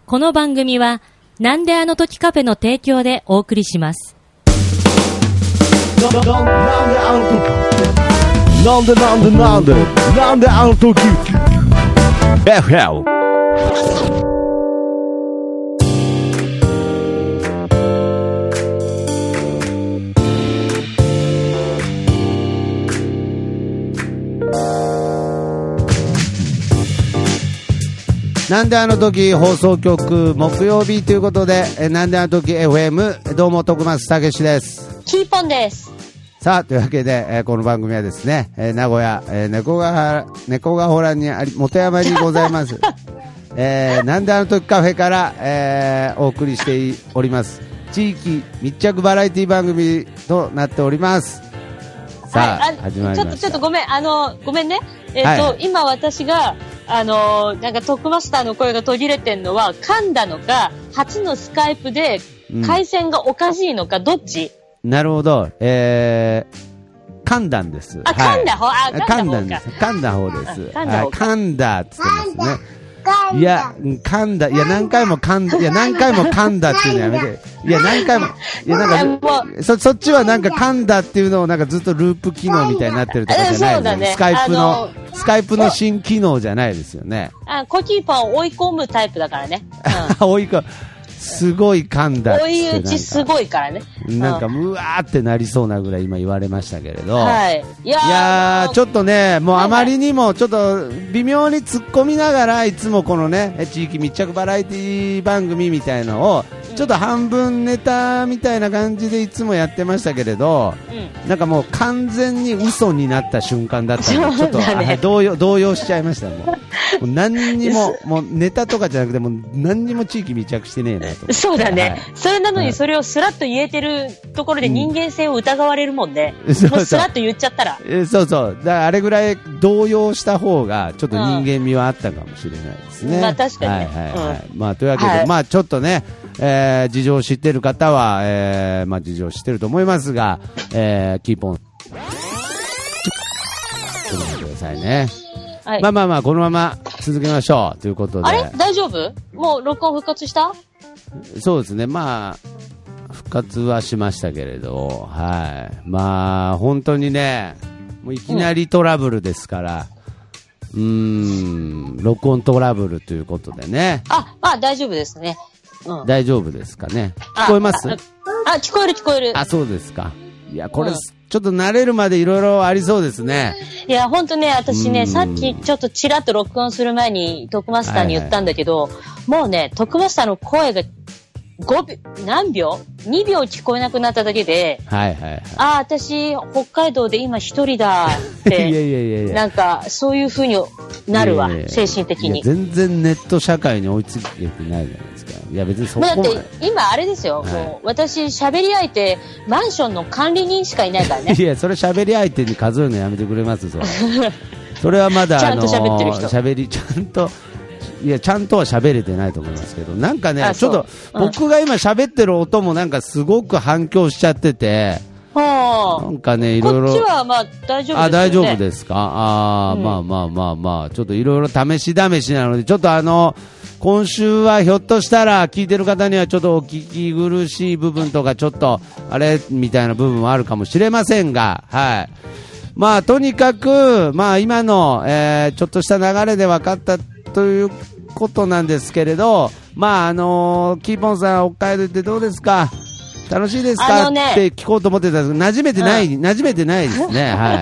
この番組はなんであの時カフェの提供でお送りします。 なんであの時なんであの時 FLなんであの時放送局木曜日ということで、なんであの時 FM、 どうも徳松たけしです。 キーポンです。 さあというわけで、この番組はですね、名古屋、猫ヶ原にあり本山にございますなんであの時カフェから、お送りしております地域密着バラエティ番組となっております。さあ、始まりました。 ちょっとごめん、ごめんね。今私がなんかトックマスターの声が途切れてんのは噛んだのか、初のスカイプで回線がおかしいのか、どっち？ なるほど。噛んだんです。 噛んだ方、 噛んだんです。噛んだ方です。噛んだって言ってますね。いや、噛んだ。いや、何回も噛んだ。いや、何回も噛んだっていうのやめて。いや、何回も。いや、なんか、そっちはなんか噛んだっていうのをなんかずっとループ機能みたいになってるとかじゃないですよね。スカイプの新機能じゃないですよね。 コキーパンを追い込むタイプだからね。 追い込む。すごい噛んだって。 追い打ちすごいからね。 なんか、うわーってなりそうなぐらい今言われましたけれど。 はい。 いやー、ちょっとね、もうあまりにもちょっと微妙に突っ込みながら、いつもこのね、地域密着バラエティ番組みたいのを、ちょっと半分ネタみたいな感じでいつもやってましたけれど、なんかもう完全に嘘になった瞬間だったので、ちょっと動揺しちゃいました。もう何にも、もうネタとかじゃなくて、もう何にも地域密着してねえなと。 そうだね、はい。それなのにそれをスラッと言えてるところで人間性を疑われるもんね。もうスラッと言っちゃったら。 そうそう。だからあれぐらい動揺した方が、ちょっと人間味はあったかもしれないですね。 まあ確かにね。 まあというわけで、まあちょっとね、事情を知っている方は、まあ事情を知っていると思いますが、キーポン。ちょっと待ってくださいね。はい、まあこのまま続けましょうということで。 あれ大丈夫？もう録音復活した？ そうですね。まあ復活はしましたけれど、はい。まあ本当にね、もういきなりトラブルですから。録音トラブルということでね。 まあ大丈夫ですね。 大丈夫ですかね。聞こえます？ 聞こえる。 そうですか。いや、これ、ちょっと慣れるまでいろいろありそうですね。 いや、ほんとね、私ね、さっきちょっとちらっと録音する前に、トクマスターに言ったんだけど、もうね、トクマスターの声が何秒 ?2 秒聞こえなくなっただけで、私、北海道で今一人だって、なんか、そういう風になるわ、精神的に。 全然ネット社会に追いつけてないじゃないですか。いや、別にそこだって、今あれですよ、もう、私、喋り相手、マンションの管理人しかいないからね。 いや、それ喋り相手に数えるのやめてくれます、それはまだ、 ちゃんと喋ってる人。 ちゃんと、いや、ちゃんとは喋れてないと思いますけど、なんかね、ちょっと、僕が今喋ってる音もなんかすごく反響しちゃってて、なんかね、いろいろ。 こっちはまあ大丈夫ですよね。 大丈夫ですか？まあ、ちょっといろいろ試しなので、ちょっと今週はひょっとしたら聞いてる方にはちょっとお聞き苦しい部分とか、ちょっと、あれみたいな部分はあるかもしれませんが、はい。まあ、とにかく、まあ今の、ちょっとした流れで分かったということなんですけれど、まあキーポンさん、北海道ってどうですか？楽しいですかって聞こうと思ってたんですけど、馴染めてないですね。はい。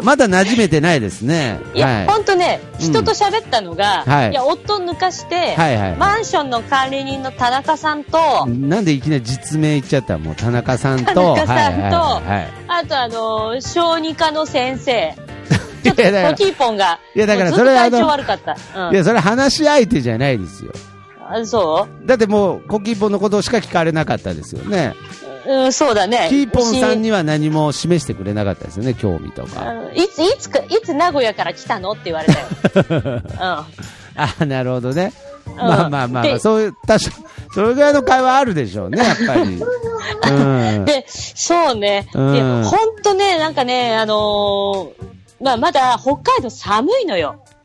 まだ馴染めてないですね。 いや、ほんとね、人と喋ったのが、いや、夫を抜かして、マンションの管理人の田中さんと、 なんでいきなり実名言っちゃったもう田中さんと、 あと小児科の先生。ちょっとコキーポンが、 いやだからそれ体調悪かった。 いや、それ話し相手じゃないですよ。 そうだってもう、コキーポンのことしか聞かれなかったですよね。 そうだね。 キーポンさんには何も示してくれなかったですよね、興味とか。 いつ名古屋から来たのって言われたよ。 なるほどね。まあ、そういう、それぐらいの会話あるでしょうね、やっぱり。 で、そうね。で、ほんとね、なんかね、まだ北海道寒いのよ。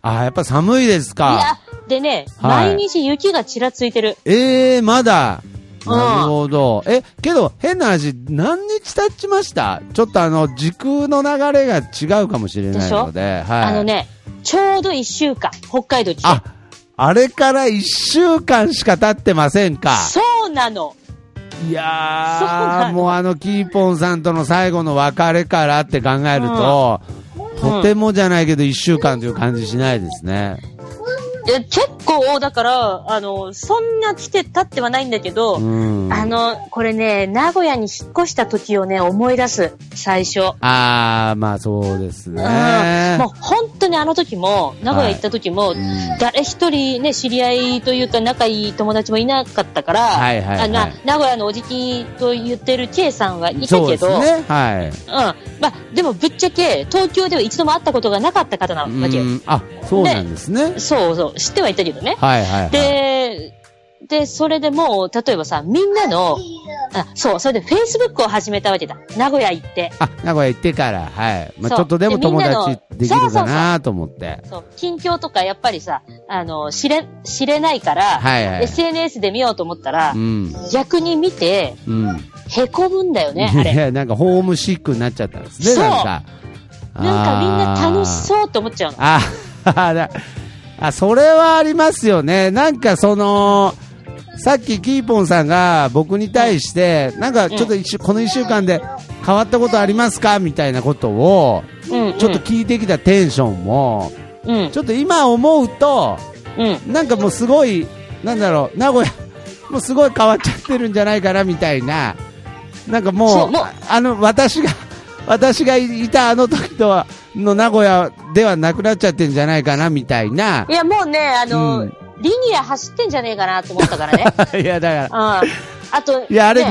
あ、やっぱ寒いですいか。 や、でね、 はい毎日雪がちらついてる。 まだ。 うんなるほど。けど、変な話、何日経ちました？ちょっと時空の流れが違うかもしれないので。はい。 ね、ちょうど1週間、北海道来て。 あれから1週間しか経ってませんか。 そうなの。 いやー、もうキーポンさんとの最後の別れからって考えると、とてもじゃないけど1週間という感じしないですね。 結構、だから、そんな来て経ってはないんだけど、これね、名古屋に引っ越した時をね、思い出す、最初。 まあそうですね。 もう本当にあの時も、名古屋行った時も、誰一人ね、知り合いというか仲いい友達もいなかったから、名古屋のおじきと言ってる K さんはいたけど、 そうですね。はい。 まあ、でもぶっちゃけ、東京では一度も会ったことがなかった方なわけよ。 そうなんですね。 そう。知ってはいたけどね。 はいはいはい。 で、それでもう、例えばさ、みんなの、それで Facebook を始めたわけだ。名古屋行って。 名古屋行ってから、はい。まあ、ちょっとでも友達できるかなと思って。 そう、近況とかやっぱりさ、知れないから、SNS で見ようと思ったら、逆に見て、へこむんだよね、あれ。 いや、なんかホームシックになっちゃったんですね、なんかみんな楽しそうと思っちゃうの。 それはありますよね。なんかさっきキーポンさんが僕に対して、なんかちょっとこの1週間で変わったことありますかみたいなことを、ちょっと聞いてきたテンションも、ちょっと今思うと、なんかもうすごい、なんだろう、名古屋、もうすごい変わっちゃってるんじゃないかなみたいな、なんかもう、私がいたあの時の名古屋ではなくなっちゃってんじゃないかなみたいな。いや、もうね、リニア走ってんじゃねえかなと思ったからね。 いや、だから。 あと、 いや、あれ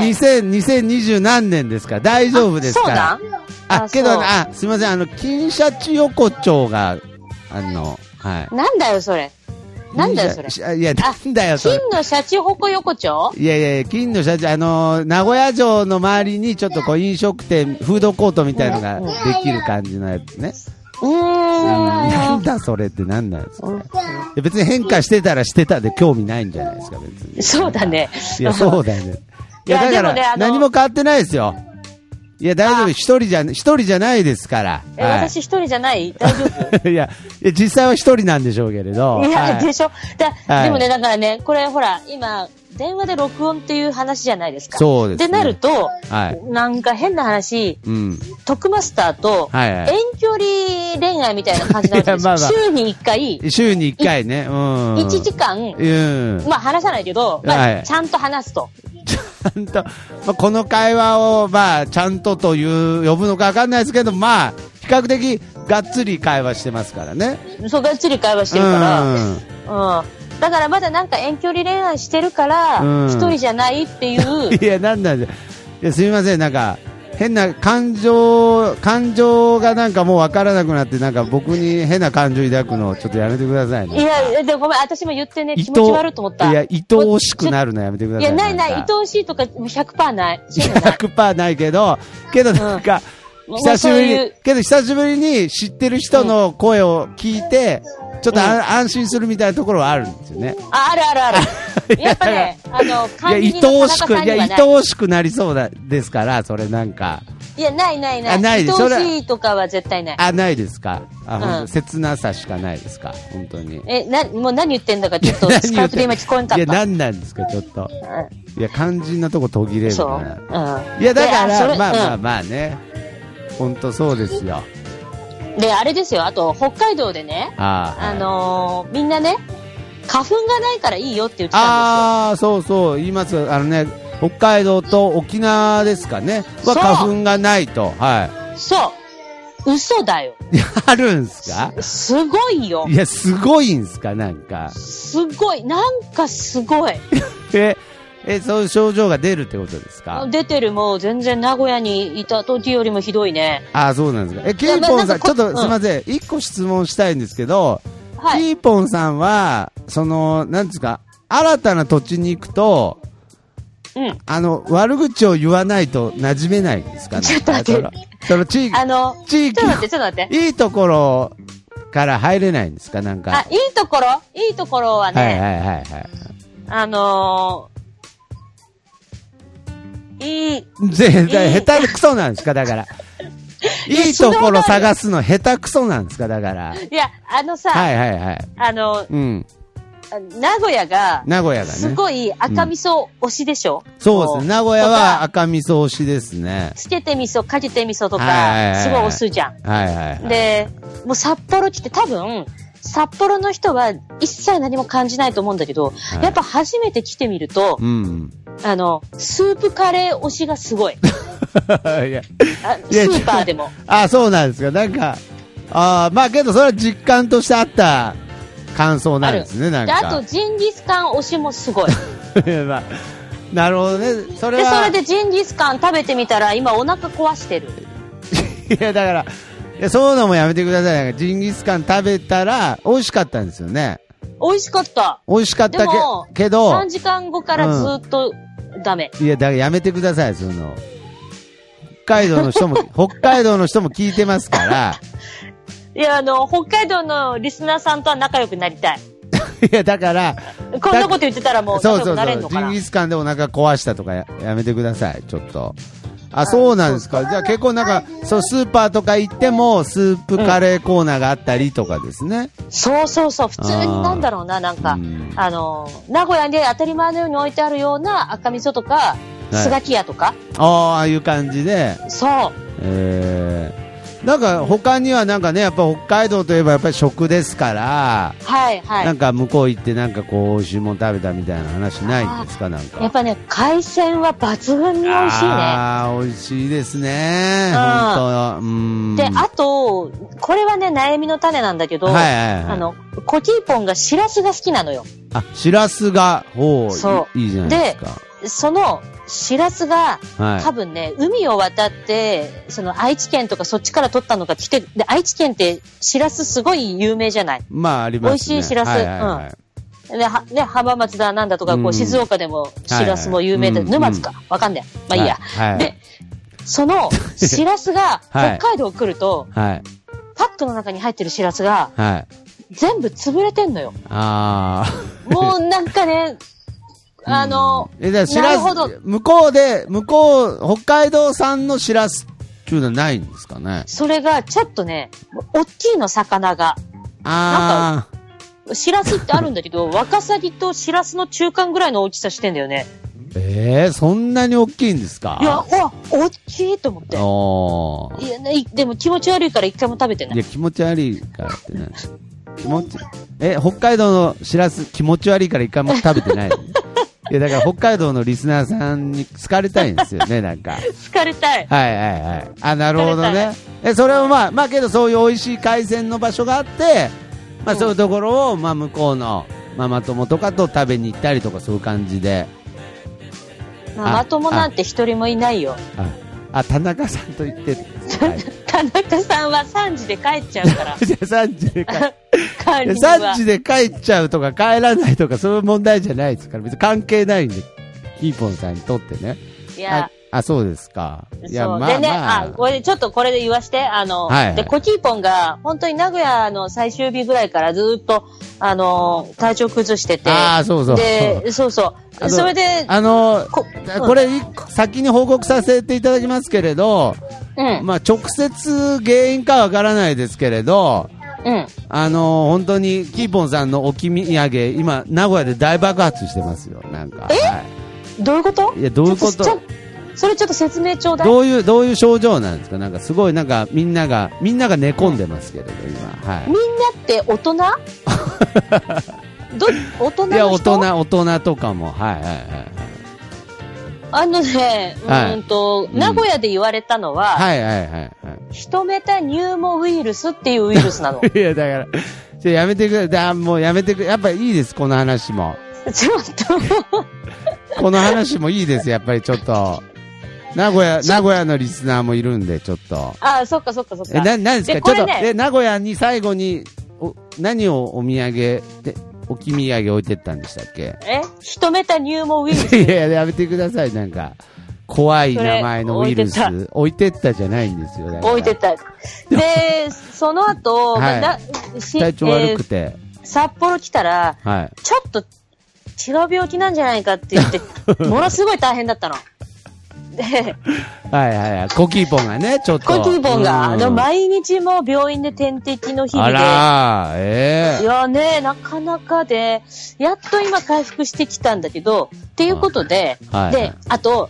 2020何年ですか？大丈夫ですか？けど、すいません、金シャチ横丁が、はい。 なんだよ、それ。なんだよ、それ。 いや、なんだよ、それ。 金のシャチ横丁？ いや、金のシャチ、名古屋城の周りにちょっと飲食店、フードコートみたいなのができる感じのやつね。なんだそれってなんなんですか？別に変化してたらしてたで興味ないんじゃないですか、別に。 そうだね。 いや、そうだよね。いや、だから何も変わってないですよ。いや、大丈夫。一人じゃないですから。 私一人じゃない？大丈夫？ いや、実際は一人なんでしょうけれど。 いや、でしょ。でもね、だからね、これほら、今、電話で録音っていう話じゃないですか。 そうですね。 ってなると、なんか変な話、徳マスターと遠距離恋愛みたいな感じなんですよ。週に1回。 週に1回ね。 1時間、まあ話さないけど、ちゃんと話すと。 ちゃんと、この会話を、ちゃんとという呼ぶのかわかんないですけど、比較的がっつり会話してますからね。 そう、がっつり会話してるから。だからまだなんか遠距離恋愛してるから、一人じゃないっていう。 いや、なんなんですみません、なんか、変な感情がなんかもうわからなくなって、なんか僕に変な感情抱くのをちょっとやめてくださいね。 いや、でもごめん、私も言ってね、気持ち悪いと思った。 いや、愛おしくなるのやめてください。 いや、ない、愛おしいとか 100% ない。 100% ないけどなんか、久しぶりに知ってる人の声を聞いて、ちょっと安心するみたいなところはあるんですよね。 ある。やっぱね、 愛おしくなりそうですから、それなんか。 いや、ない。愛おしいとかは絶対ない。 ないですか？切なさしかないですか？本当に。 もう何言ってんだかちょっとスカートで今聞こえんかった。 いや、何なんですか、ちょっと。いや、肝心なとこ途切れるから。いや、だから、まあね。本当そうですよ。 で、あれですよ、あと、北海道でね、みんなね、花粉がないからいいよって言ってたんですよ。 そう、言います。北海道と沖縄ですかね、花粉がないと。はい。 そう。嘘だよ。 あるんすか？ すごいよ。 いや、すごいんすか？なんか。 すごい。なんかすごい。 そういう症状が出るってことですか？ 出てる。もう全然名古屋にいた時よりもひどいね。 そうなんですか。ケイポンさん、ちょっとすいません。一個質問したいんですけど、キーポンさんは、なんですか、新たな土地に行くと、悪口を言わないと馴染めないんですかね。 ちょっと待って。 地域。 ちょっと待って。 いいところから入れないんですか、なんか。 いいところはね、 はいはいはいはい。下手くそなんですか、だから。いいところ探すの下手くそなんですか、だから。 いや、 はいはいはい。うん。 名古屋がね。 すごい赤味噌推しでしょ、 そうですね。名古屋は赤味噌推しですね。 つけて味噌、かけて味噌とか、すごい推すじゃん。 はいはいはい。で、 もう札幌来て多分、札幌の人は一切何も感じないと思うんだけど、やっぱ初めて来てみると、スープカレー推しがすごい。スーパーでも。 そうなんですか。なんか、まあけどそれは実感としてあった感想なんですね、なんか。 あと、ジンギスカン推しもすごい。 まあ、なるほどね。それでジンギスカン食べてみたら、今お腹壊してる。 いや、だから、そういうのもやめてください。なんかジンギスカン食べたら、美味しかったんですよね。 美味しかった。 美味しかったけど、 3時間後からずっとダメ。 いや、だからやめてください、その。北海道の人も聞いてますから。 いや、北海道のリスナーさんとは仲良くなりたい。 いや、だから、 こんなこと言ってたらもう仲良くなれんのかな。 ジンギスカンでお腹壊したとかやめてください、ちょっと。そうなんですか。じゃあ結構なんか、スーパーとか行っても、スープカレーコーナーがあったりとかですね。 そう。普通になんだろうな、なんか、名古屋で当たり前のように置いてあるような赤味噌とか、スガキ屋とか。 ああいう感じで。 そう。 なんか他にはなんかね、やっぱ北海道といえばやっぱり食ですから、 はいはい。 なんか向こう行ってなんかこう美味しいもの食べたみたいな話ないんですか、なんか。 やっぱね、海鮮は抜群に美味しいね。 美味しいですね。本当。 で、あと、これはね、悩みの種なんだけど、コキーポンがシラスが好きなのよ。 シラスが、いいじゃないですか。 で、その、シラスが、多分ね、海を渡って、その愛知県とかそっちから取ったのが来て、で、愛知県ってシラスすごい有名じゃない？ まあ、ありますね。 美味しいシラス。で、浜松だなんだとか、こう、静岡でもシラスも有名で、沼津か。わかんない。まあいいや。で、その、シラスが、北海道来ると、パックの中に入ってるシラスが、全部潰れてんのよ。もうなんかね、なるほど。 向こう、北海道産のシラスっていうのはないんですかね。 それが、ちょっとね、大きいの魚が。なんか、シラスってあるんだけど、ワカサギとシラスの中間ぐらいの大きさしてんだよね。 そんなに大きいんですか？ いや、大きいと思って。いや、ね、でも気持ち悪いから一回も食べてない。 いや、気持ち悪いからってね。北海道のシラス気持ち悪いから一回も食べてない。いや、だから北海道のリスナーさんに好かれたいんですよね、なんか。 好かれたい。 はい。なるほどね。それをまあけどそういう美味しい海鮮の場所があって、そういうところを、向こうのママ友とかと食べに行ったりとかそういう感じで。 ママ友なんて一人もいないよ。 田中さんと言ってる。 田中さんは3時で帰っちゃうから。 3時で帰っちゃうとか帰らないとかそういう問題じゃないですから、別に関係ないんで、キーポンさんにとってね。 いや。 そうですか。いや、 でね、これで言わして、で、コキーポンが、本当に名古屋の最終日ぐらいからずっと、体調崩してて。 そうそう。 で、そう。それで、 これ、先に報告させていただきますけれど、直接原因かわからないですけれど、本当に、キーポンさんの置き土産、今、名古屋で大爆発してますよ、なんか。 どういうこと？ いや、どういうこと？ それちょっと説明ちょうだい。 どういう症状なんですか？なんかすごいなんかみんなが寝込んでますけれど今。 みんなって大人？大人の人？ いや大人とかも名古屋で言われたのはヒトメタニューモウイルスっていうウイルスなの。 いやだからやめてください。もうやめてくやっぱりいいですこの話も。 ちょっとこの話もいいですやっぱりちょっと。名古屋のリスナーもいるんで、ちょっと。 そっか。 何ですかちょっと、名古屋に最後に、何を置き土産置いてったんでしたっけ？ ヒトメタニューモウイルス。 いや、やめてください、なんか。 怖い名前のウイルス。置いてったじゃないんですよ。 置いてった。で、その後、 はい、体調悪くて。 札幌来たら、はい、ちょっと違う病気なんじゃないかって言って、ものすごい大変だったの。で、 はいはいはい。コキーポンがね、ちょっと。 コキーポンが、毎日も病院で点滴の日々で。 あらいやね、なかなかで、やっと今回復してきたんだけど、っていうことで、はいはい、で、あと、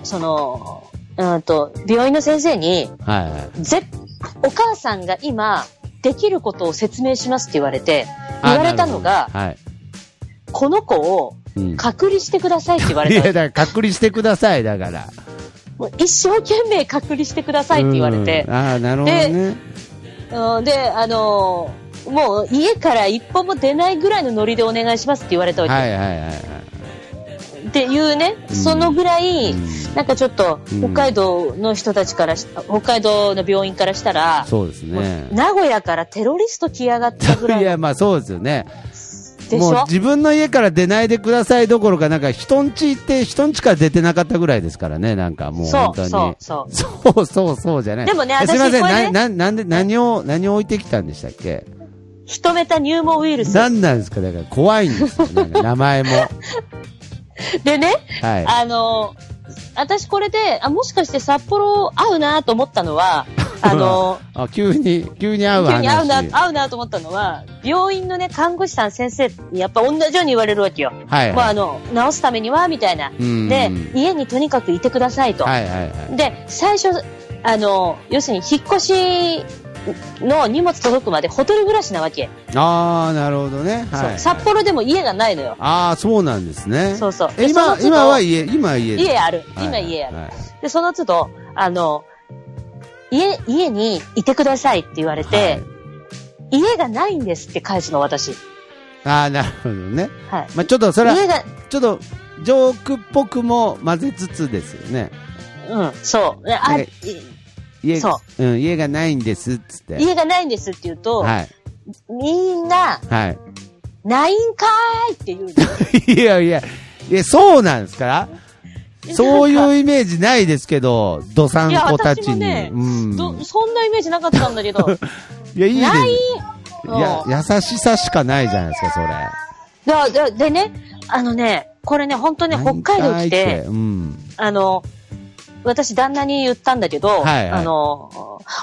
病院の先生に、はいはい、お母さんが今、できることを説明しますって言われたのが、はい、この子を隔離してくださいって言われた。 いや、だから隔離してください、だから。 もう一生懸命隔離してくださいって言われて。 ああ、なるほどね。 で、もう家から一歩も出ないぐらいのノリでお願いしますって言われたわけ。 はいはいはいはい。 っていうね、そのぐらい、なんかちょっと、北海道の人たちから、北海道の病院からしたら、 そうですね。 名古屋からテロリスト来やがったぐらい。 いや、まあそうですよね。 でしょ？ もう自分の家から出ないでくださいどころか、なんか人ん家行って人ん家から出てなかったぐらいですからね、なんかもう本当に。そうじゃない。 でもね、 私すいません、なんで、何を置いてきたんでしたっけ？ 人メタニューモウイルス。 なんなんですか？だから怖いんですよ、なんか名前も。 でね、 はい、 私これで、もしかして札幌合うなと思ったのは、 急に合う話。 急に合うなと思ったのは、病院のね、看護師さん先生にやっぱ同じように言われるわけよ。 はい、はい。 治すためには、みたいな。で、家にとにかくいてくださいと。 はいはいはい。 で、最初、要するに引っ越しの荷物届くまでホテル暮らしなわけ。 ああ、なるほどね。はい。 札幌でも家がないのよ。 ああ、そうなんですね。 そうそう。 今は家ある。今家ある。で、その都度、家にいてくださいって言われて、はい、家がないんですって返すの、私。 ああ、なるほどね。 はい。 まあちょっとそれは、ちょっと、ジョークっぽくも混ぜつつですよね。 うん、そう。 家がないんですっつって。 家がないんですって言うと、はい、みんな、 はい、 ないんかーいって言ういや、そうなんですからそういうイメージないですけど、ドサンコたちに。 ね、そんなイメージなかったんだけど。 いや、いいです。いや、優しさしかないじゃないですか、それ。 でね、これね、本当に北海道来て、私旦那に言ったんだけど、はいはい、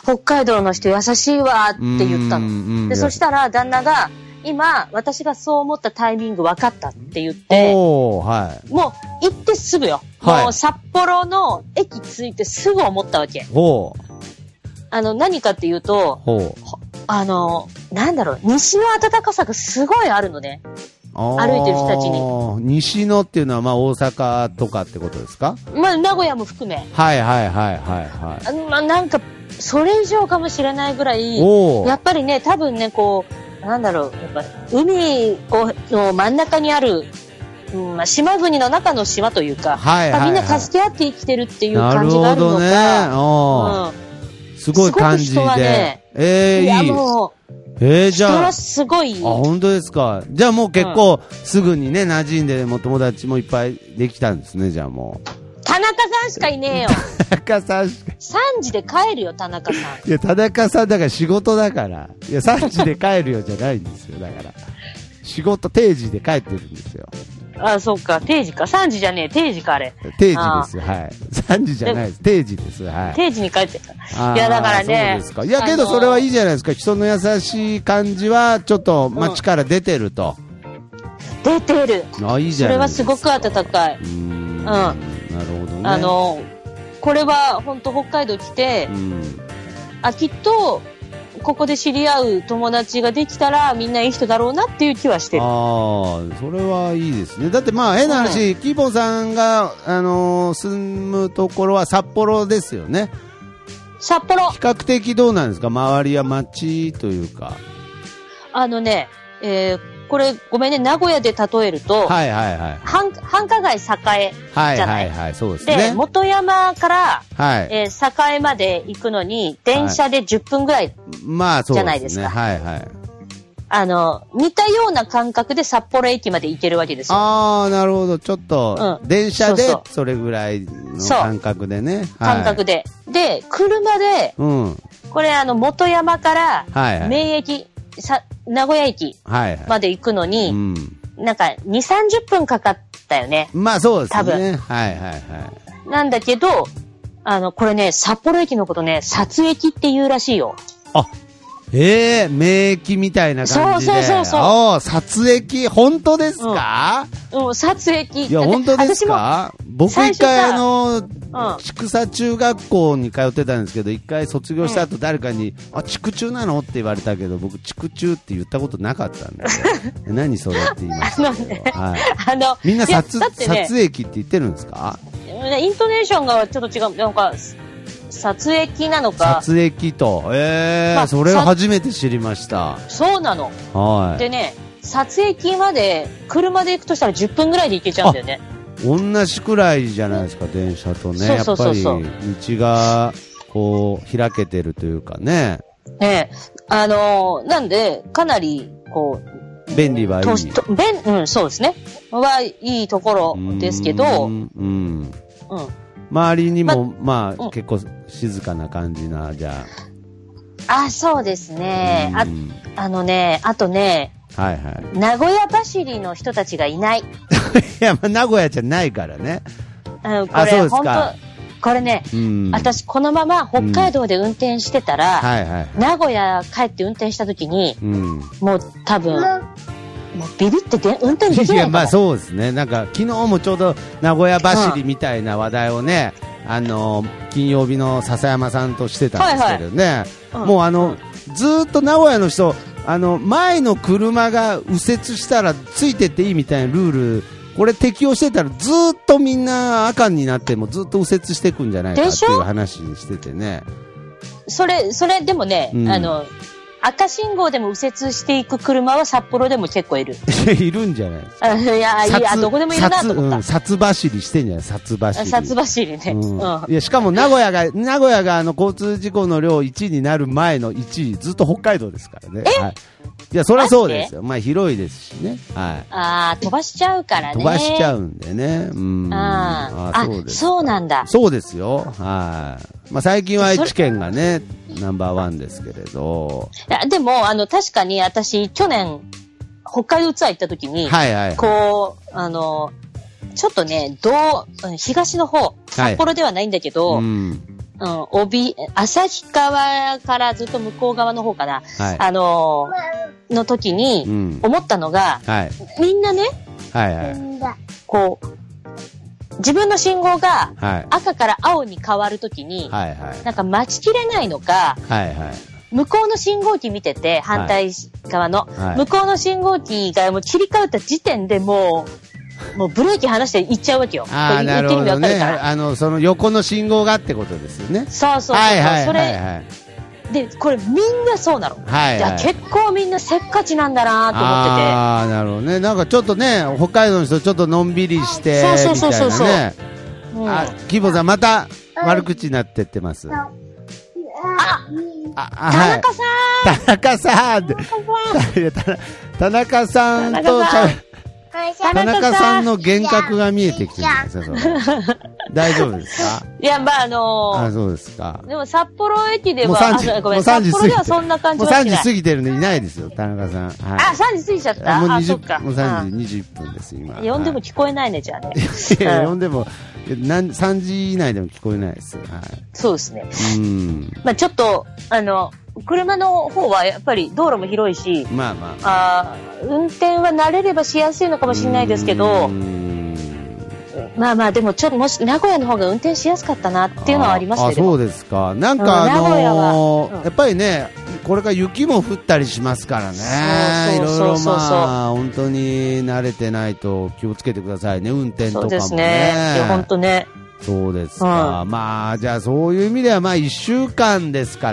北海道の人優しいわって言ったの。で、そしたら旦那が、今、私がそう思ったタイミング分かったって言って、 はい、 もう行ってすぐよ。はい、もう札幌の駅着いてすぐ思ったわけ。何かっていうと、なんだろう、西の暖かさがすごいあるのね。歩いてる人たちに。 西のっていうのは、まあ大阪とかってことですか？ まあ名古屋も含め。 はい。 まあなんか、それ以上かもしれないぐらい、やっぱりね、多分ね、こう、なんだろう、やっぱ海の真ん中にある、まあ、島国の中の島というか、みんな助け合って生きてるっていう感じがあるのか、 すごい感じで。 ね、いやもう、 じゃあ。 人はすごい。 本当ですか。じゃあもう結構、すぐにね、馴染んで、もう友達もいっぱいできたんですね、じゃあもう。 田中さんしかいねえよ。 田中さんしか。 3時で帰るよ、田中さん。 いや、田中さんだから仕事だから。いや、3時で帰るよじゃないんですよ、だから。仕事、定時で帰ってるんですよ。 あ、そうか、定時か。3時じゃねえ、定時か、あれ。 定時です、はい。3時じゃないです、定時です、はい。 定時に帰ってる。いや、だからね。 そうですか。いや、けどそれはいいじゃないですか。人の優しい感じは、ちょっと街から出てると。 出てる。 あ、いいじゃないですか。 それはすごく温かい。 なるほどね。 これは本当北海道来て、きっと、ここで知り合う友達ができたらみんないい人だろうなっていう気はしてる。 それはいいですね。だってまあ変な話、キーポンさんが、住むところは札幌ですよね。 札幌。 比較的どうなんですか？周りは街というか。 これごめんね、名古屋で例えると、繁華街栄じゃない。 そうですね。 で、本山から、栄まで行くのに、電車で10分ぐらいじゃないですか。 似たような感覚で札幌駅まで行けるわけですよ。 ああ、なるほど。ちょっと、電車でそうそれぐらいの感覚でね。 感覚で。で、車で、これ元山から名駅、名古屋駅まで行くのに、なんか2、30分かかったよね。 まあそうですね。 多分。 はいはいはい。 なんだけど、これね、札幌駅のことね、札駅って言うらしいよ。 あ、名駅みたいな感じで。そう。札駅、本当ですか？ 札駅。 いや、本当ですか？僕一回千種中学校に通ってたんですけど、一回卒業した後誰かに、千種中なのって言われたけど、僕、千種中って言ったことなかったんで、何それって言いましたけど。はい。みんな札駅って言ってるんですか？ イントネーションがちょっと違う。なんか、札駅なのか。 札駅と。それを初めて知りました。 そうなの。 はい。 でね、札駅まで、車で行くとしたら10分ぐらいで行けちゃうんだよね。 同じくらいじゃないですか、電車とね。やっぱり、道が、こう、開けてるというかね。 なんで、かなり、こう、 便利はいい。 そうですね。はいいところですけど、 周りにも、結構静かな感じな、じゃあ。そうですね。あとね、名古屋走りの人たちがいない。 いや、名古屋じゃないからね。 これ、本当これね、私このまま北海道で運転してたら、名古屋帰って運転した時に、もう多分、もうビビって運転できない。いや、 そうですね。なんか、昨日もちょうど名古屋走りみたいな話題をね、金曜日の笹山さんとしてたんですけどね。もうずーっと名古屋の人、前の車が右折したらついてっていいみたいなルール、これ適用してたらずーっとみんな赤になってもずっと右折していくんじゃないかっていう話にしててね。 それでもね、赤信号でも右折していく車は札幌でも結構いる。 いるんじゃないですか。 いや、どこでもいるなと思った。 札走りしてんじゃない？札走り。 札走りね。 いや、しかも名古屋が交通事故の量1位になる前の1位、ずっと北海道ですからね。いや、そりゃそうですよ。広いですしね。 飛ばしちゃうからね。 飛ばしちゃうんでね。 そうなんだ。 そうですよ。最近は愛知県がね、ナンバーワンですけれど。 いや、でも、確かに私、去年、北海道ツアー行った時に、こう、ちょっとね、東の方、札幌ではないんだけど、旭川からずっと向こう側の方かな、の時に、思ったのが、みんなね、こう、自分の信号が赤から青に変わるときに、なんか待ちきれないのか、向こうの信号機見てて、反対側の、向こうの信号機がもう切り替わった時点でもうブレーキ離して行っちゃうわけよ。 なるほどね。その横の信号がってことですよね。 そう。それ、で、これみんなそうなの。結構みんなせっかちなんだなと思ってて。 なるほどね。なんかちょっとね、北海道の人ちょっとのんびりして、みたいなね。キボさんまた悪口になってってます。 田中さん田中さんと田中さんの幻覚が見えてきてるんですよ。大丈夫ですか？ いや、 そうですか。 でも札幌駅では、 もう3時過ぎて、 はそんな感じはしない。 もう3時過ぎてるんでいないですよ、田中さん。 3時過ぎちゃった？ もう3時21分です、今。 呼んでも聞こえないね、じゃあね。 いや、呼んでも、3時以内でも聞こえないです。 そうですね。ちょっと、車の方はやっぱり道路も広いし、運転は慣れればしやすいのかもしれないですけど、でもちょっともし名古屋の方が運転しやすかったなっていうのはありましたけど。 そうですか。なんかやっぱりね、これから雪も降ったりしますからね。いろいろ本当に慣れてないと気をつけてくださいね、運転とかもね。そうですね。 いや、本当ね。 そうですか。じゃあそういう意味では1週間ですから、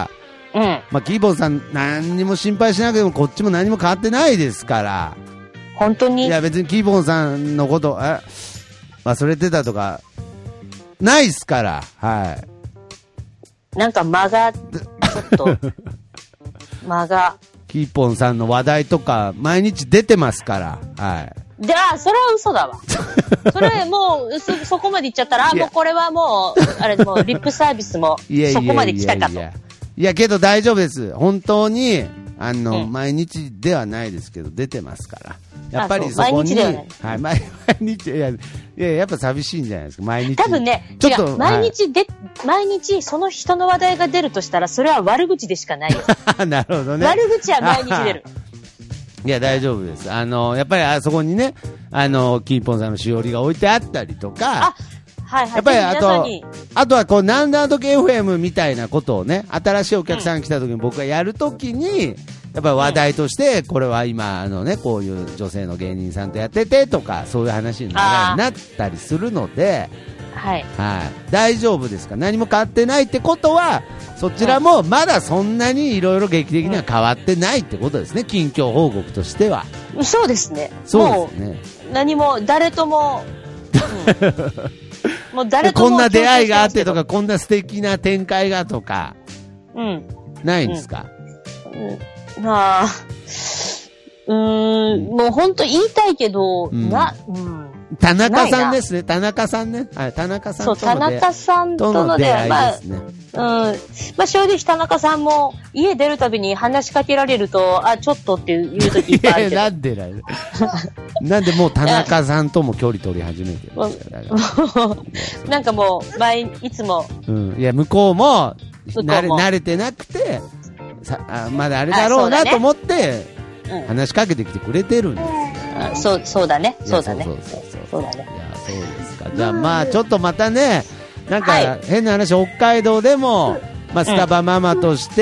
キーボーさん何にも心配しなくてもこっちも何も変わってないですから。 本当に。 いや別にキーボーさんのこと忘れてたとかないっすから。なんか間がちょっと間がキーポンさんの話題とか毎日出てますから。はい。 で、それは嘘だわ。それもう、そこまで言っちゃったら、もうこれはもう、あれ、もうリップサービスも、そこまで来たかと。 いや、けど大丈夫です。本当に、毎日ではないですけど、出てますから。やっぱりそこに、はい、毎日、やっぱ寂しいんじゃないですか、毎日。 多分ね、ちょっと、毎日その人の話題が出るとしたら、それは悪口でしかないよ。 なるほどね。 悪口は毎日出る。 いや、大丈夫です。やっぱりあそこにね、キーポンさんのしおりが置いてあったりとか、 はいはい。 やっぱりあとはこう、なんだ時 FM みたいなことをね、新しいお客さん来た時に僕がやる時に、やっぱり話題として、これは今、こういう女性の芸人さんとやっててとか、そういう話になったりするので、 はい。 はい。大丈夫ですか？何も変わってないってことは、そちらもまだそんなにいろいろ劇的には変わってないってことですね、近況報告としては。 そうですね。 そうですね。もう何も、誰とも、もう誰ともこんな出会いがあってとか、こんな素敵な展開がとか、ないんですか？ もう本当言いたいけど、 田中さんですね。田中さんね。はい、田中さんとの出会い。そう、田中さんとの出会いですね。 正直田中さんも家出るたびに話しかけられると、ちょっとっていう時いっぱいあるけど。 なんでなんでもう田中さんとも距離取り始めてるんですか？ なんかもう、いつも。 いや、向こうも慣れてなくて、まだあれだろうなと思って、話しかけてきてくれてるんですよ。 そうだね。そうだね。 そうだね。いや、そうですか。じゃあまあちょっとまたね、なんか変な話、北海道でも、まあスタバママとして、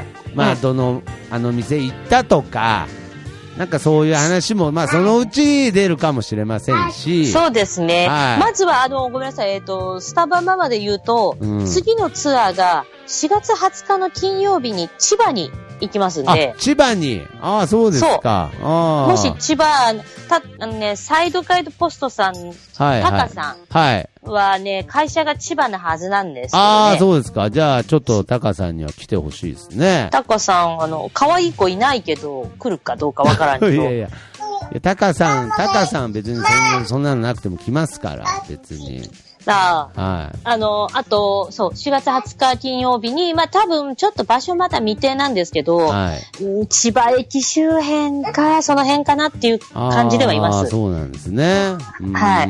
まあ店行ったとか、なんかそういう話も、まあそのうち出るかもしれませんし。 そうですね。まずはごめんなさい、スタバママで言うと、次のツアーが4月20日の金曜日に千葉に行きますんで。 千葉に。そうですか。 もし千葉、サイドガイドポストさん、タカさんはね、会社が千葉のはずなんですよね。 そうですか。じゃあちょっとタカさんには来てほしいですね。 タカさん、可愛い子いないけど、来るかどうかわからんけど。 いや、タカさん別にそんなのなくても来ますから、別に。 あと、そう、4月20日金曜日に、まあ多分ちょっと場所まだ未定なんですけど、千葉駅周辺か、その辺かなっていう感じではいます。 そうなんですね。 はい。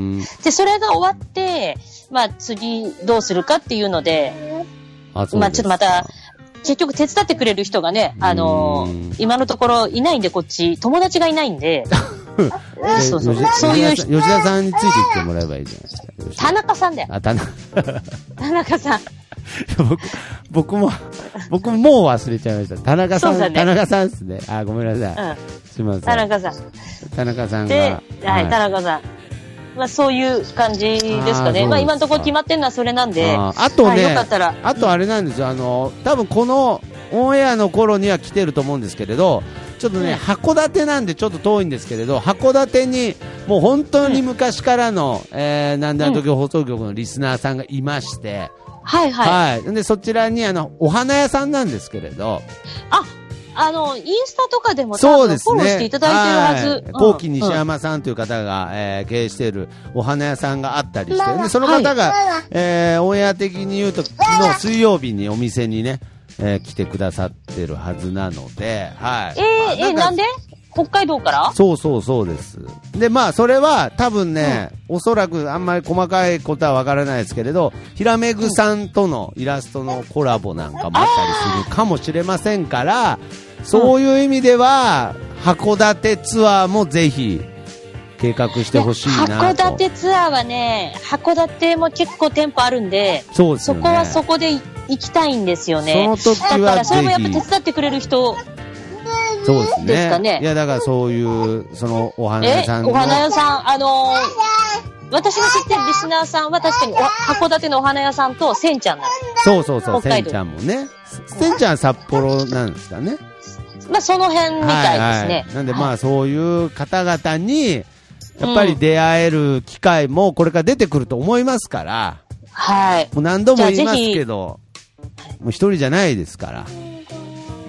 で、それが終わって、まあ次どうするかっていうので、まあちょっとまた、結局手伝ってくれる人がね、今のところいないんで、こっち、友達がいないんで、そういう人。 吉田さんについて行ってもらえばいいじゃないですか。 田中さんだよ。 田中さん。 僕ももう忘れちゃいました。田中さん、田中さんですね。ごめんなさい。すみません。 田中さんが。で、はい、田中さん。まあそういう感じですかね。まあ今のところ決まってるのはそれなんで。 あとね、 よかったら。 あとあれなんですよ。多分このオンエアの頃には来てると思うんですけれど、ちょっとね、函館なんでちょっと遠いんですけれど、函館にもう本当に昔からの、なんであの時放送局のリスナーさんがいまして、はい。で、そちらにお花屋さんなんですけれど、 インスタとかでも多分フォローしていただいてるはず。 高木西山さんという方が、経営しているお花屋さんがあったりして、でその方が、オンエア的に言うと、昨日水曜日にお店にね、来てくださってるはずなので、はい。 なんで？北海道から？ そうです。で、まあ、それは多分ね、おそらくあんまり細かいことはわからないですけれど、ひらめぐさんとのイラストのコラボなんかもあったりするかもしれませんから、そういう意味では、函館ツアーもぜひ計画してほしいなと。 函館ツアーはね、函館も結構店舗あるんで、 そうですよね。 そこはそこで行きたいんですよね。 その時はだからそれもやっぱ手伝ってくれる人、 そうですね。 ですかね。 いや、だからそういう、そのお花屋さんの。 お花屋さん、私の知ってるリスナーさんは確かに函館のお花屋さんとせんちゃんなんです。 そう、せんちゃんもね。せんちゃん札幌なんですかね。 まあその辺みたいですね。 なんでまあそういう方々に、やっぱり出会える機会もこれから出てくると思いますから、 はい。 もう何度も言いますけど、もう一人じゃないですから。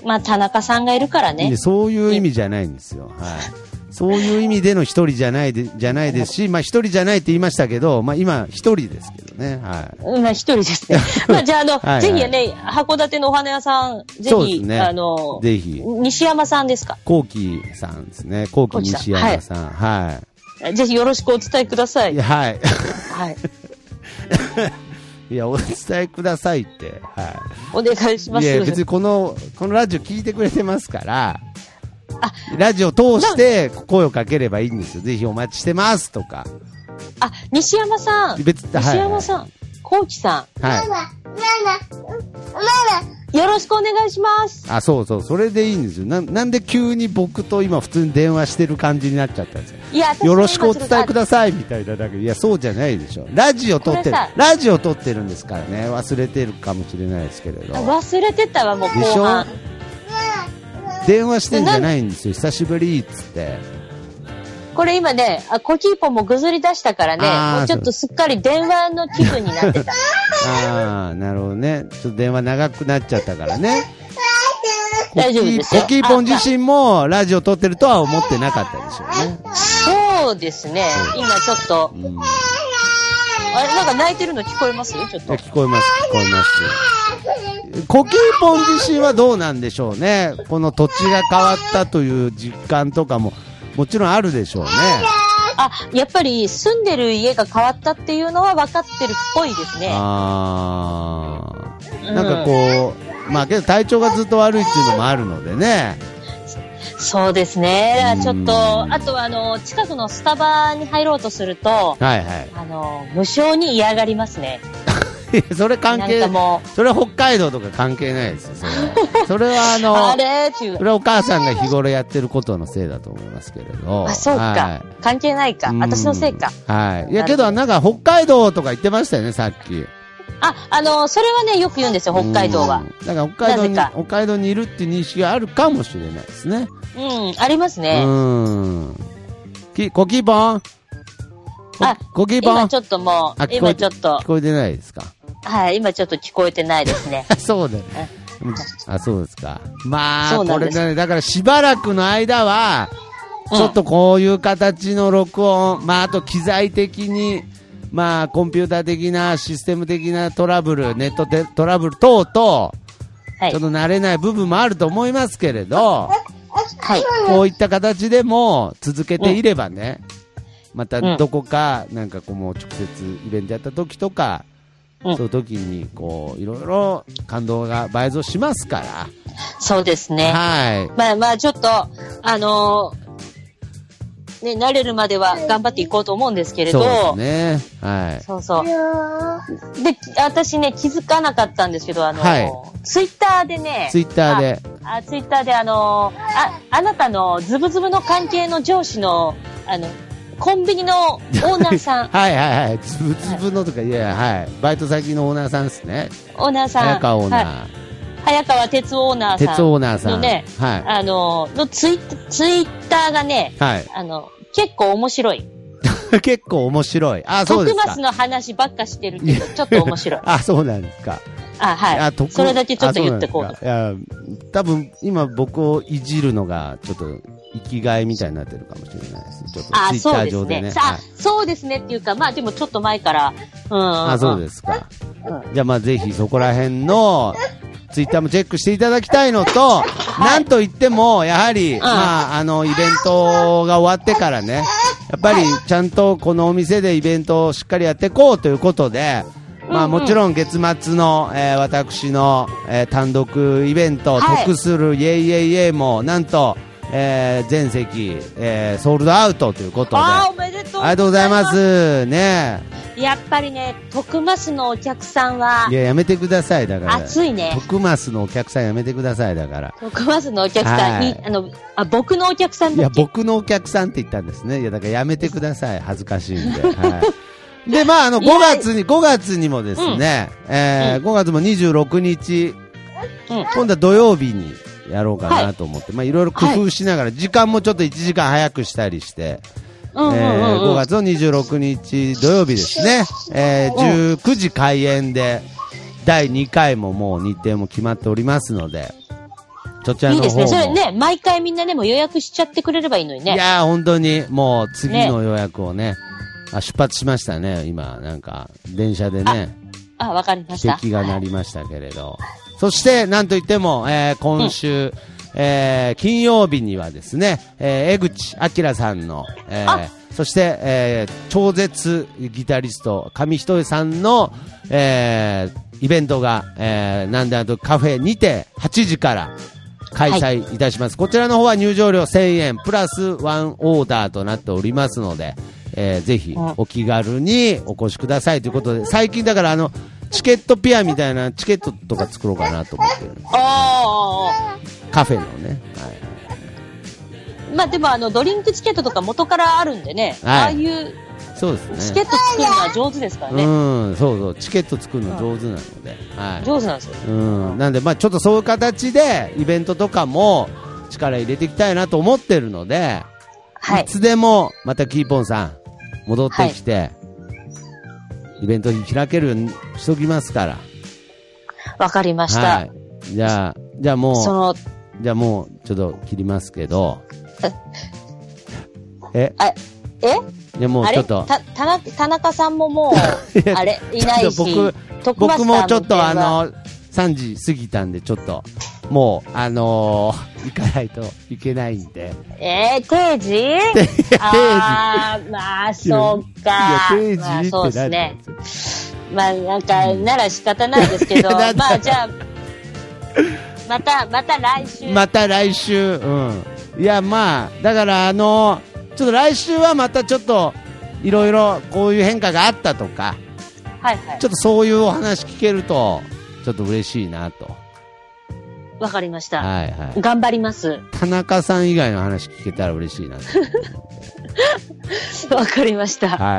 まあ、田中さんがいるからね。 でそういう意味じゃないんですよ。はい。そういう意味での一人じゃないですし、まあ一人じゃないって言いましたけど、まあ今一人ですけどね。はい。 まあ一人ですね。まあじゃあはい、 ぜひね、函館のお花屋さん、ぜひ、 そうですねぜひ。 西山さんですか？ コウキさんですね。コウキ西山さん。はい。 ぜひよろしくお伝えください。 いや、はい。 はい。 いや、お伝えくださいって。はい。 お願いします。 いや、別にこのラジオ聞いてくれてますから、ラジオ通して声をかければいいんですよ。ぜひお待ちしてますとか。 あ、西山さん。西山さん。コウキさん。 はい。 よろしくお願いします。 あ、そうそう。それでいいんですよ。なんで急に僕と今普通に電話してる感じになっちゃったんですよ。 いや、 よろしくお伝えくださいみたいなだけど、いや、そうじゃないでしょ。ラジオ撮ってるんですからね。忘れてるかもしれないですけれど。 忘れてたわ、もう後半。でしょ？ 電話してんじゃないんですよ。久しぶりっつって。 これ今ね、コキーポンもぐずり出したからね、もうちょっとすっかり電話の気分になってた。 ああ、なるほどね。ちょっと電話長くなっちゃったからね。 大丈夫ですよ。 コキーポン自身もラジオ撮ってるとは思ってなかったでしょうね。 そうですね。今ちょっと、あれ、なんか泣いてるの聞こえます？ちょっと。 聞こえます。コキーポン自身はどうなんでしょうね。この土地が変わったという実感とかももちろんあるでしょうね。 あ、やっぱり住んでる家が変わったっていうのは分かってるっぽいですね。 なんかこう、まあけど体調がずっと悪いっていうのもあるのでね。 そうですね。ちょっと、あとは近くのスタバに入ろうとすると、 はいはい。 無償に嫌がりますね。 それ関係、それは北海道とか関係ないですよ。それはあれっていう。 それはお母さんが日頃やってることのせいだと思いますけれど。 あ、そうか。はい、関係ないか。私のせいか。 はい。いやけどなんか北海道とか言ってましたよね、さっき。 それはね、よく言うんですよ、北海道は。 だから北海道にいるっていう認識があるかもしれないですね。 ありますね。 コキーポンコキーポン今ちょっともう、今ちょっと。 聞こえてないですか？ はい、今ちょっと聞こえてないですね。 そうだ。そうですか。まあ、これね、だからしばらくの間は、ちょっとこういう形の録音、まあ、あと機材的に、まあ、コンピューター的なシステム的なトラブル、ネットトラブル等々、ちょっと慣れない部分もあると思いますけれど、 はい、 こういった形でも続けていればね、またどこか、なんかこうもう直接イベントやった時とか、そういう時にこういろいろ感動が倍増しますから。 そうですね。 はい。 まあちょっとね、慣れるまでは頑張っていこうと思うんですけれど。 そうですね。はい。 そうそう。で、私ね、気づかなかったんですけど、ツイッターでね。 ツイッターであなたのズブズブの関係の上司の、コンビニのオーナーさん。 はいはいはい。ズブズブのとか、いや、はい。バイト先のオーナーさんですね。 オーナーさん。 早川オーナー。 早川鉄オーナーさん。 鉄オーナーさん。 のね、はい。のツイッターがね、 はい。 結構面白い。 結構面白い。あ、そうですか。 徳増の話ばっかしてるけど、ちょっと面白い。 あ、そうなんですか。 はい。それだけちょっと言ってこうと。 いや、多分、今僕をいじるのが、ちょっと、生きがいみたいになってるかもしれないですね。ちょっと、ツイッター上でね。 そうですねっていうか、まあでもちょっと前から、 そうですか。じゃあまあぜひそこら辺の、ツイッターもチェックしていただきたいのと、なんといっても、やはり、まあ、イベントが終わってからね、やっぱりちゃんとこのお店でイベントをしっかりやっていこうということで、まあもちろん月末の、私の、単独イベント、得するイェイイェイイェイも、なんと、全席、ソールドアウトということで。 おめでとうございます。 ありがとうございますね。 やっぱりね、徳増のお客さんは。 いや、やめてください、だから。 熱いね。 徳増のお客さんやめてください、だから。 徳増のお客さんに、僕のお客さんだっけ？ いや、僕のお客さんって言ったんですね。いや、だからやめてください、恥ずかしいんで。はい。で、まあ、5月にもですね、5月も26日、今度は土曜日にやろうかなと思って、まあ、いろいろ工夫しながら、時間もちょっと1時間早くしたりして、5月の26日土曜日ですね、19時開演で、第2回ももう日程も決まっておりますので、 そちらの方も。 いいですね。それね、毎回みんなね、もう予約しちゃってくれればいいのにね。 いやー、本当に、もう次の予約をね、出発しましたね、今、なんか、電車でね。 わかりました。 汽笛が鳴りましたけれど。そして、なんといっても、今週、金曜日にはですね、江口明さんの、そして、超絶ギタリスト、上一重さんの、イベントが、なんであのカフェにて8時から開催いたします。こちらの方は入場料1000円プラスワンオーダーとなっておりますので、ぜひお気軽にお越しくださいということで、最近だからチケットピアみたいなチケットとか作ろうかなと思ってるんです。カフェのね。はい。 まあでもドリンクチケットとか元からあるんでね、 はい、 ああいうそうですね。 チケット作るのは上手ですからね。 そうそう、チケット作るの上手なので。はい。 上手なんですよ。 なんで、まあちょっとそういう形で、イベントとかも力入れていきたいなと思ってるので、はい。いつでも、またキーポンさん、戻ってきて、はい、イベントに開けるようにしときますから。 わかりました。 はい。じゃあもう、じゃあもう、ちょっと切りますけど、いやもうちょっと田中さんももうあれいないし、 僕もちょっと3時過ぎたんでちょっともう行かないといけないんで。 定時？まあそうか。 定時まあそうですね。まあなんかなら仕方ないですけど、まあじゃあまた来週。 また来週。いやまあだからちょっと来週はまたちょっといろいろこういう変化があったとか、 はいはい、 ちょっとそういうお話聞けるとちょっと嬉しいなと。 わかりました。 はいはい。 頑張ります。 田中さん以外の話聞けたら嬉しいなと。わかりました。 はい。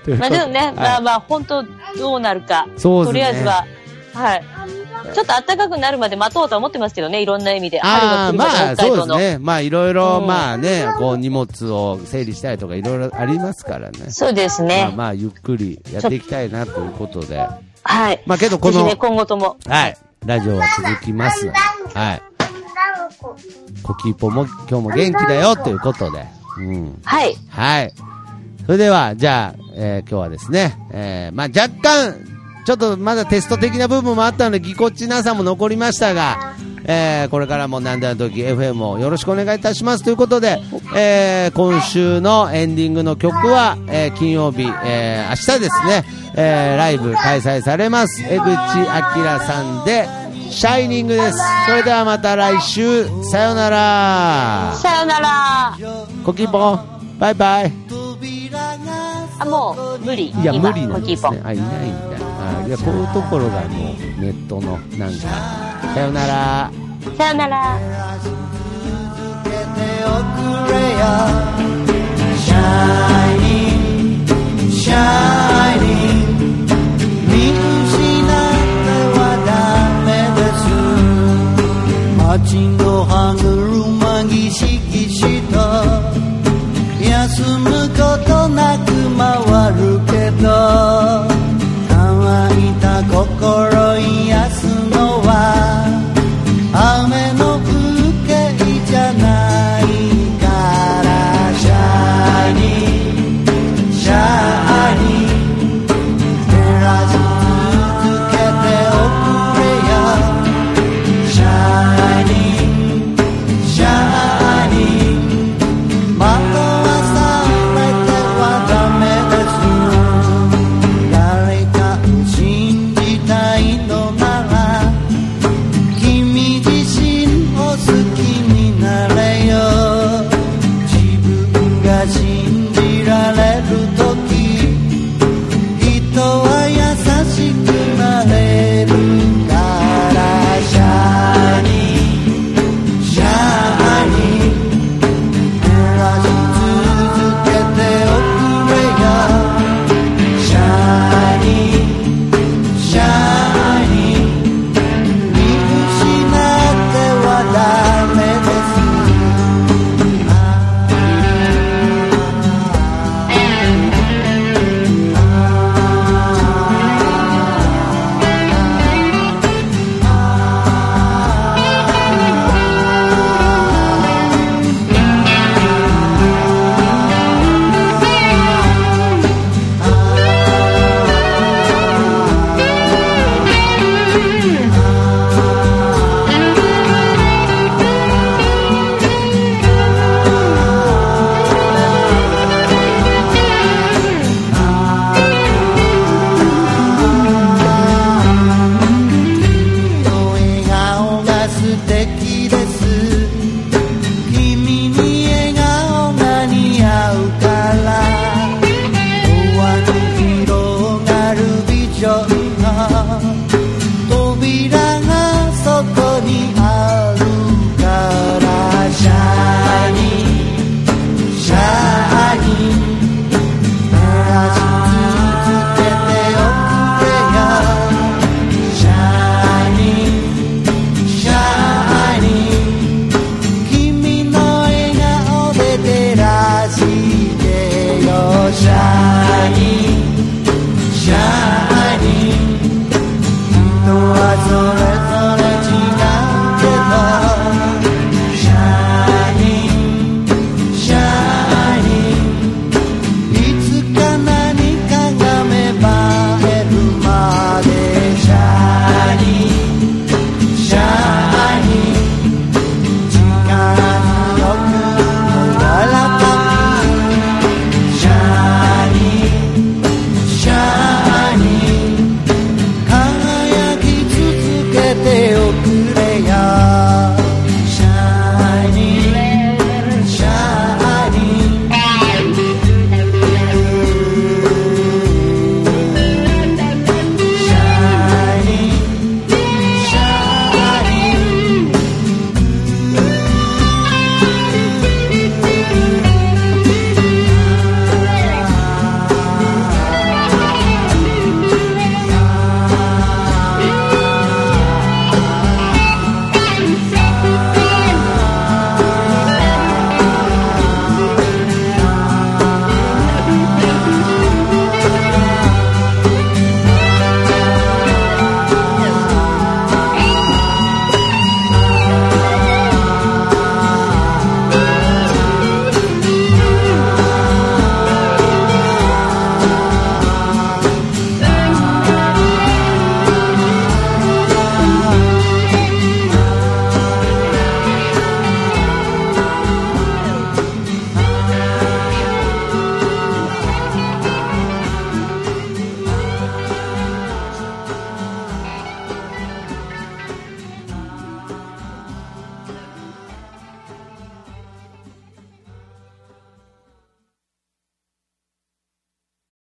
まあでもね、まあ本当どうなるか。 そうですね。 とりあえずははい。ちょっと暖かくなるまで待とうと思ってますけどね、いろんな意味で。春が来るまで北海道の。 まあそうですね。まあいろいろ、まあね、こう荷物を整理したりとかいろいろありますからね。 そうですね。 まあゆっくりやっていきたいなということで。 はい。 まあけどこの、 ぜひね、今後とも。 はい。ラジオは続きます。はい。コキーポも今日も元気だよということで。 はい。 はい。それでは、じゃあ、今日はですね、まあ若干、ちょっとまだテスト的な部分もあったのでぎこちなさも残りましたが、これからもなんであの時 FM をよろしくお願いいたしますということで、今週のエンディングの曲は、金曜日、明日ですね、ライブ開催されます江口明さんでシャイニングです。それではまた来週、さよなら。 さよなら。 コキポンバイバイ。 もう無理。 いや無理なんですね。いないんだ。いやこういうところがもうネットのなんか。さよなら。 さよなら。 Shine